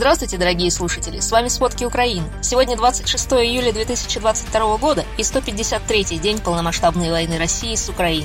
Здравствуйте, дорогие слушатели! С вами «Сводки Украины». Сегодня 26 июля 2022 года и 153-й день полномасштабной войны России с Украиной.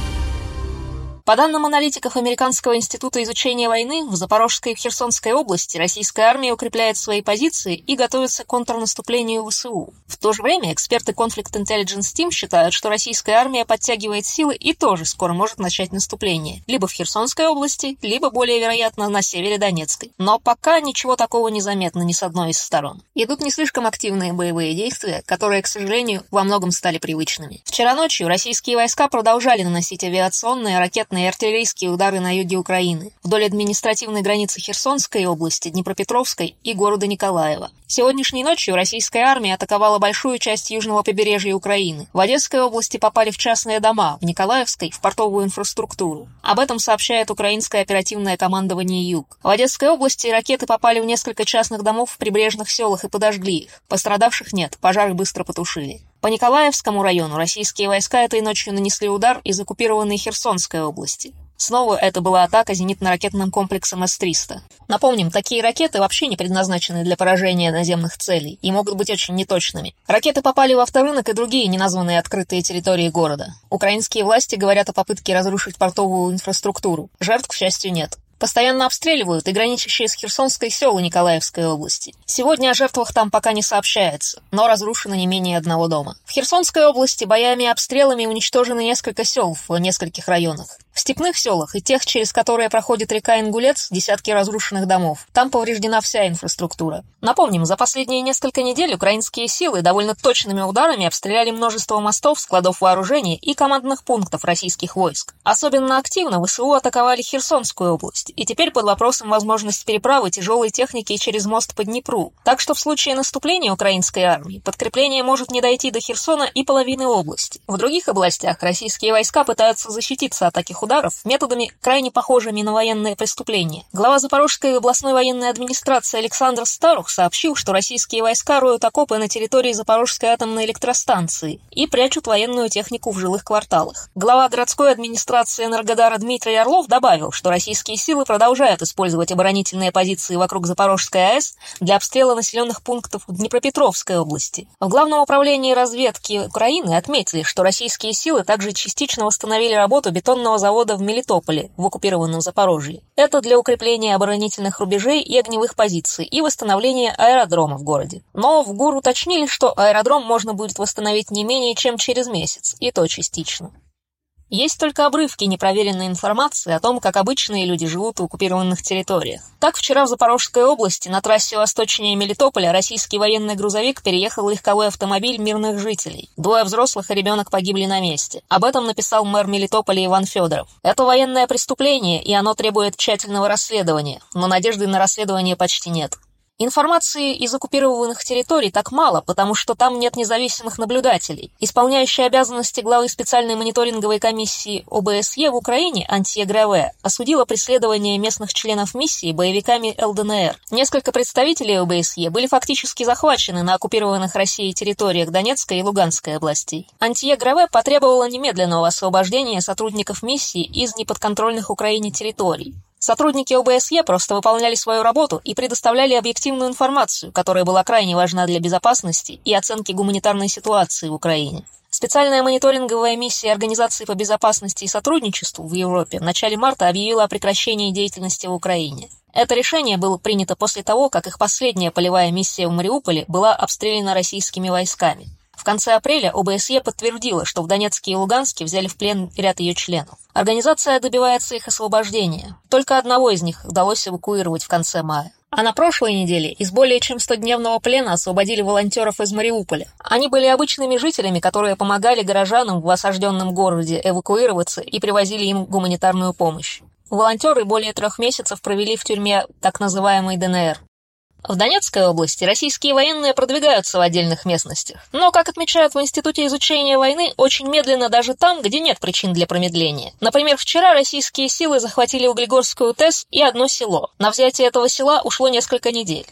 По данным аналитиков Американского института изучения войны, в Запорожской и в Херсонской области российская армия укрепляет свои позиции и готовится к контрнаступлению ВСУ. В то же время эксперты Conflict Intelligence Team считают, что российская армия подтягивает силы и тоже скоро может начать наступление, либо в Херсонской области, либо, более вероятно, на севере Донецкой. Но пока ничего такого не заметно ни с одной из сторон. Идут не слишком активные боевые действия, которые, к сожалению, во многом стали привычными. Вчера ночью российские войска продолжали наносить авиационные, ракетные и артиллерийские удары на юге Украины, вдоль административной границы Херсонской области, Днепропетровской и города Николаева. Сегодняшней ночью российская армия атаковала большую часть южного побережья Украины. В Одесской области попали в частные дома, в Николаевской – в портовую инфраструктуру. Об этом сообщает украинское оперативное командование «Юг». В Одесской области ракеты попали в несколько частных домов в прибрежных селах и подожгли их. Пострадавших нет, пожары быстро потушили. По Николаевскому району российские войска этой ночью нанесли удар из оккупированной Херсонской области. Снова это была атака зенитно-ракетным комплексом С-300. Напомним, такие ракеты вообще не предназначены для поражения наземных целей и могут быть очень неточными. Ракеты попали в авторынок и другие неназванные открытые территории города. Украинские власти говорят о попытке разрушить портовую инфраструктуру. Жертв, к счастью, нет. Постоянно обстреливают и граничащие с Херсонской села Николаевской области. Сегодня о жертвах там пока не сообщается, но разрушено не менее одного дома. В Херсонской области боями и обстрелами уничтожены несколько сел в нескольких районах. В степных селах и тех, через которые проходит река Ингулец, десятки разрушенных домов. Там повреждена вся инфраструктура. Напомним, за последние несколько недель украинские силы довольно точными ударами обстреляли множество мостов, складов вооружения и командных пунктов российских войск. Особенно активно ВСУ атаковали Херсонскую область, и теперь под вопросом возможность переправы тяжелой техники через мост по Днепру. Так что в случае наступления украинской армии подкрепление может не дойти до Херсона и половины области. В других областях российские войска пытаются защититься от таких ударов методами, крайне похожими на военные преступления. Глава Запорожской областной военной администрации Александр Старух сообщил, что российские войска роют окопы на территории Запорожской атомной электростанции и прячут военную технику в жилых кварталах. Глава городской администрации Энергодара Дмитрий Орлов добавил, что российские силы продолжают использовать оборонительные позиции вокруг Запорожской АЭС для обстрела населенных пунктов в Днепропетровской области. В Главном управлении разведки Украины отметили, что российские силы также частично восстановили работу бетонного завода в Мелитополе, в оккупированном Запорожье. Это для укрепления оборонительных рубежей и огневых позиций и восстановления аэродрома в городе. Но в ГУР уточнили, что аэродром можно будет восстановить не менее чем через месяц, и то частично. Есть только обрывки непроверенной информации о том, как обычные люди живут в оккупированных территориях. Так, вчера в Запорожской области на трассе восточнее Мелитополя российский военный грузовик переехал легковой автомобиль мирных жителей. 2 взрослых и ребенок погибли на месте. Об этом написал мэр Мелитополя Иван Федоров. Это военное преступление, и оно требует тщательного расследования, но надежды на расследование почти нет. Информации из оккупированных территорий так мало, потому что там нет независимых наблюдателей. Исполняющая обязанности главы специальной мониторинговой комиссии ОБСЕ в Украине Антье Граве осудила преследование местных членов миссии боевиками ЛДНР. Несколько представителей ОБСЕ были фактически захвачены на оккупированных Россией территориях Донецкой и Луганской областей. Антье Граве потребовала немедленного освобождения сотрудников миссии из неподконтрольных Украине территорий. Сотрудники ОБСЕ просто выполняли свою работу и предоставляли объективную информацию, которая была крайне важна для безопасности и оценки гуманитарной ситуации в Украине. Специальная мониторинговая миссия Организации по безопасности и сотрудничеству в Европе в начале марта объявила о прекращении деятельности в Украине. Это решение было принято после того, как их последняя полевая миссия в Мариуполе была обстреляна российскими войсками. В конце апреля ОБСЕ подтвердила, что в Донецке и Луганске взяли в плен ряд ее членов. Организация добивается их освобождения. Только одного из них удалось эвакуировать в конце мая. А на прошлой неделе из более чем 100-дневного плена освободили волонтеров из Мариуполя. Они были обычными жителями, которые помогали горожанам в осажденном городе эвакуироваться и привозили им гуманитарную помощь. Волонтеры более 3 месяцев провели в тюрьме так называемой ДНР. В Донецкой области российские военные продвигаются в отдельных местностях, но, как отмечают в Институте изучения войны, очень медленно даже там, где нет причин для промедления. Например, вчера российские силы захватили Углегорскую ТЭС и одно село. На взятие этого села ушло несколько недель.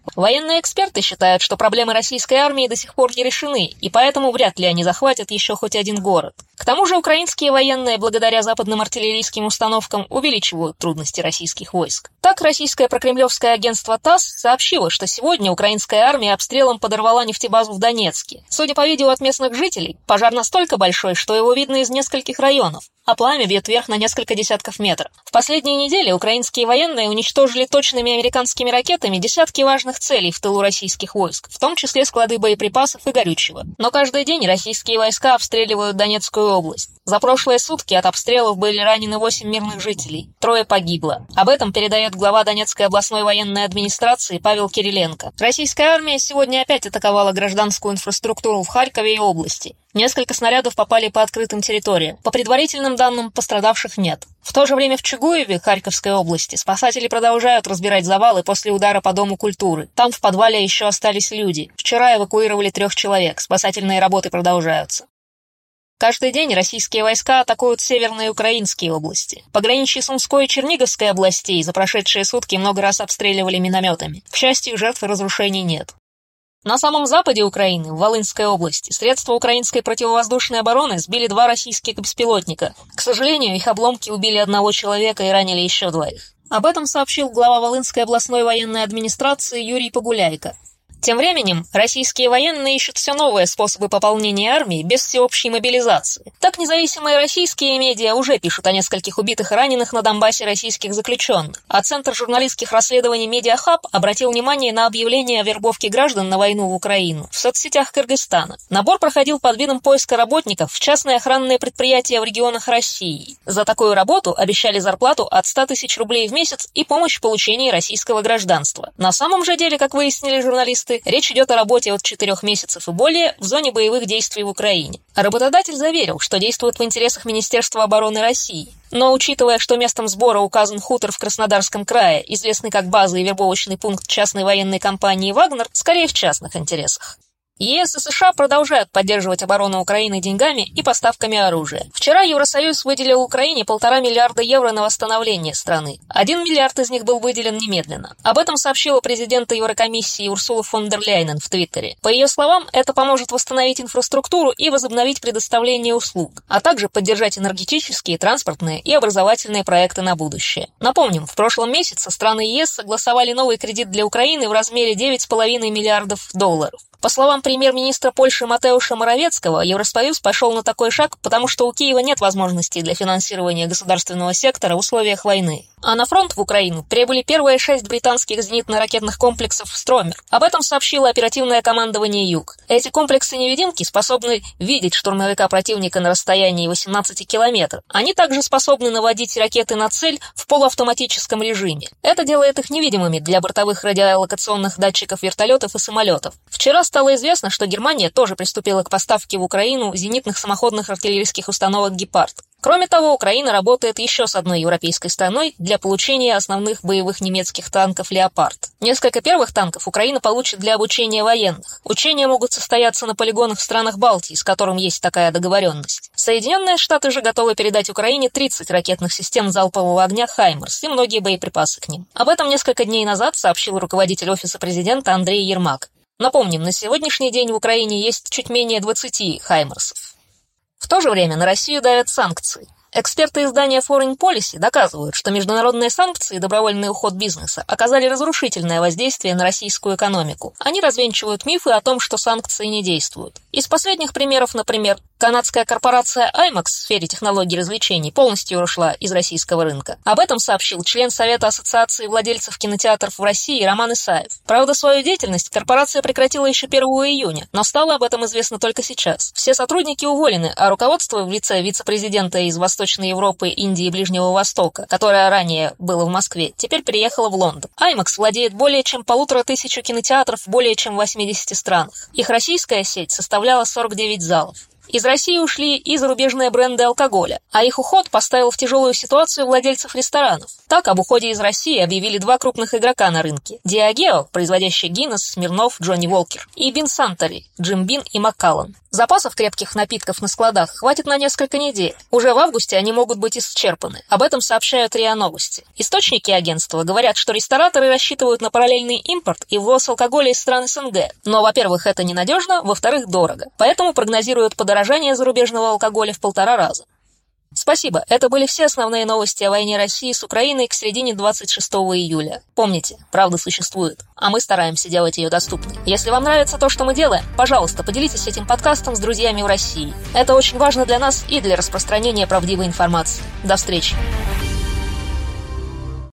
Военные эксперты считают, что проблемы российской армии до сих пор не решены, и поэтому вряд ли они захватят еще хоть один город. К тому же украинские военные, благодаря западным артиллерийским установкам, увеличивают трудности российских войск. Так, российское прокремлевское агентство ТАСС сообщило, что сегодня украинская армия обстрелом подорвала нефтебазу в Донецке. Судя по видео от местных жителей, пожар настолько большой, что его видно из нескольких районов, а пламя бьет вверх на несколько десятков метров. В последние недели украинские военные уничтожили точными американскими ракетами десятки важных целей в тылу российских войск, в том числе склады боеприпасов и горючего. Но каждый день российские войска обстреливают Донецкую область. За прошлые сутки от обстрелов были ранены 8 мирных жителей, 3 погибло. Об этом передает глава Донецкой областной военной администрации Павел Кириленко. Российская армия сегодня опять атаковала гражданскую инфраструктуру в Харькове и области. Несколько снарядов попали по открытым территориям. По предварительным данным, пострадавших нет. В то же время в Чугуеве, Харьковской области, спасатели продолжают разбирать завалы после удара по Дому культуры. Там в подвале еще остались люди. Вчера эвакуировали 3 человек. Спасательные работы продолжаются. Каждый день российские войска атакуют северные украинские области. Пограничье Сумской и Черниговской областей за прошедшие сутки много раз обстреливали минометами. К счастью, жертв и разрушений нет. На самом западе Украины, в Волынской области, средства украинской противовоздушной обороны сбили 2 российских беспилотника. К сожалению, их обломки убили 1 человека и ранили еще 2. Об этом сообщил глава Волынской областной военной администрации Юрий Погуляйко. Тем временем, российские военные ищут все новые способы пополнения армии без всеобщей мобилизации. Так, независимые российские медиа уже пишут о нескольких убитых и раненых на Донбассе российских заключенных, а Центр журналистских расследований «Медиахаб» обратил внимание на объявление о вербовке граждан на войну в Украину в соцсетях Кыргызстана. Набор проходил под видом поиска работников в частные охранные предприятия в регионах России. За такую работу обещали зарплату от 100 тысяч рублей в месяц и помощь в получении российского гражданства. На самом же деле, как выяснили журналисты, речь идет о работе от 4 месяцев и более в зоне боевых действий в Украине. Работодатель заверил, что действует в интересах Министерства обороны России. Но учитывая, что местом сбора указан хутор в Краснодарском крае, известный как база и вербовочный пункт частной военной компании «Вагнер», скорее в частных интересах. ЕС и США продолжают поддерживать оборону Украины деньгами и поставками оружия. Вчера Евросоюз выделил Украине 1,5 миллиарда евро на восстановление страны. 1 миллиард из них был выделен немедленно. Об этом сообщила президента Еврокомиссии Урсула фон дер Ляйен в Твиттере. По ее словам, это поможет восстановить инфраструктуру и возобновить предоставление услуг, а также поддержать энергетические, транспортные и образовательные проекты на будущее. Напомним, в прошлом месяце страны ЕС согласовали новый кредит для Украины в размере $9,5 миллиардов. По словам премьер-министра Польши Матеуша Моровецкого, Евросоюз пошел на такой шаг, потому что у Киева нет возможностей для финансирования государственного сектора в условиях войны. А на фронт в Украину прибыли первые 6 британских зенитно-ракетных комплексов «Стромер». Об этом сообщило оперативное командование «Юг». Эти комплексы-невидимки способны видеть штурмовика противника на расстоянии 18 километров. Они также способны наводить ракеты на цель в полуавтоматическом режиме. Это делает их невидимыми для бортовых радиолокационных датчиков вертолетов и самолетов. Вчера стало известно, что Германия тоже приступила к поставке в Украину зенитных самоходных артиллерийских установок «Гепард». Кроме того, Украина работает еще с одной европейской страной для получения основных боевых немецких танков «Леопард». Несколько первых танков Украина получит для обучения военных. Учения могут состояться на полигонах в странах Балтии, с которым есть такая договоренность. Соединенные Штаты же готовы передать Украине 30 ракетных систем залпового огня «Хаймерс» и многие боеприпасы к ним. Об этом несколько дней назад сообщил руководитель Офиса президента Андрей Ермак. Напомним, на сегодняшний день в Украине есть чуть менее 20 «Хаймерсов». В то же время на Россию давят санкции. Эксперты издания Foreign Policy доказывают, что международные санкции и добровольный уход бизнеса оказали разрушительное воздействие на российскую экономику. Они развенчивают мифы о том, что санкции не действуют. Из последних примеров, например, канадская корпорация IMAX в сфере технологий развлечений полностью ушла из российского рынка. Об этом сообщил член Совета Ассоциации владельцев кинотеатров в России Роман Исаев. Правда, свою деятельность корпорация прекратила еще 1 июня, но стало об этом известно только сейчас. Все сотрудники уволены, а руководство в лице вице-президента из Восточной Европы, Индии и Ближнего Востока, которое ранее было в Москве, теперь переехало в Лондон. IMAX владеет более чем 1500 кинотеатров в более чем 80 странах. Их российская сеть составляла 49 залов. Из России ушли и зарубежные бренды алкоголя, а их уход поставил в тяжелую ситуацию владельцев ресторанов. Так, об уходе из России объявили два крупных игрока на рынке. Диагео, производящий Гиннес, Смирнов, Джонни Уолкер, и Бин Сантери, Джим Бин и Маккаллан. Запасов крепких напитков на складах хватит на несколько недель. Уже в августе они могут быть исчерпаны. Об этом сообщают РИА Новости. Источники агентства говорят, что рестораторы рассчитывают на параллельный импорт и ввоз алкоголя из стран СНГ. Но, во-первых, это ненадежно, во-вторых, дорого. Поэтому прогнозируют подорожание зарубежного алкоголя в 1,5 раза. Спасибо. Это были все основные новости о войне России с Украиной к середине 26 июля. Помните, правда существует, а мы стараемся делать ее доступной. Если вам нравится то, что мы делаем, пожалуйста, поделитесь этим подкастом с друзьями в России. Это очень важно для нас и для распространения правдивой информации. До встречи.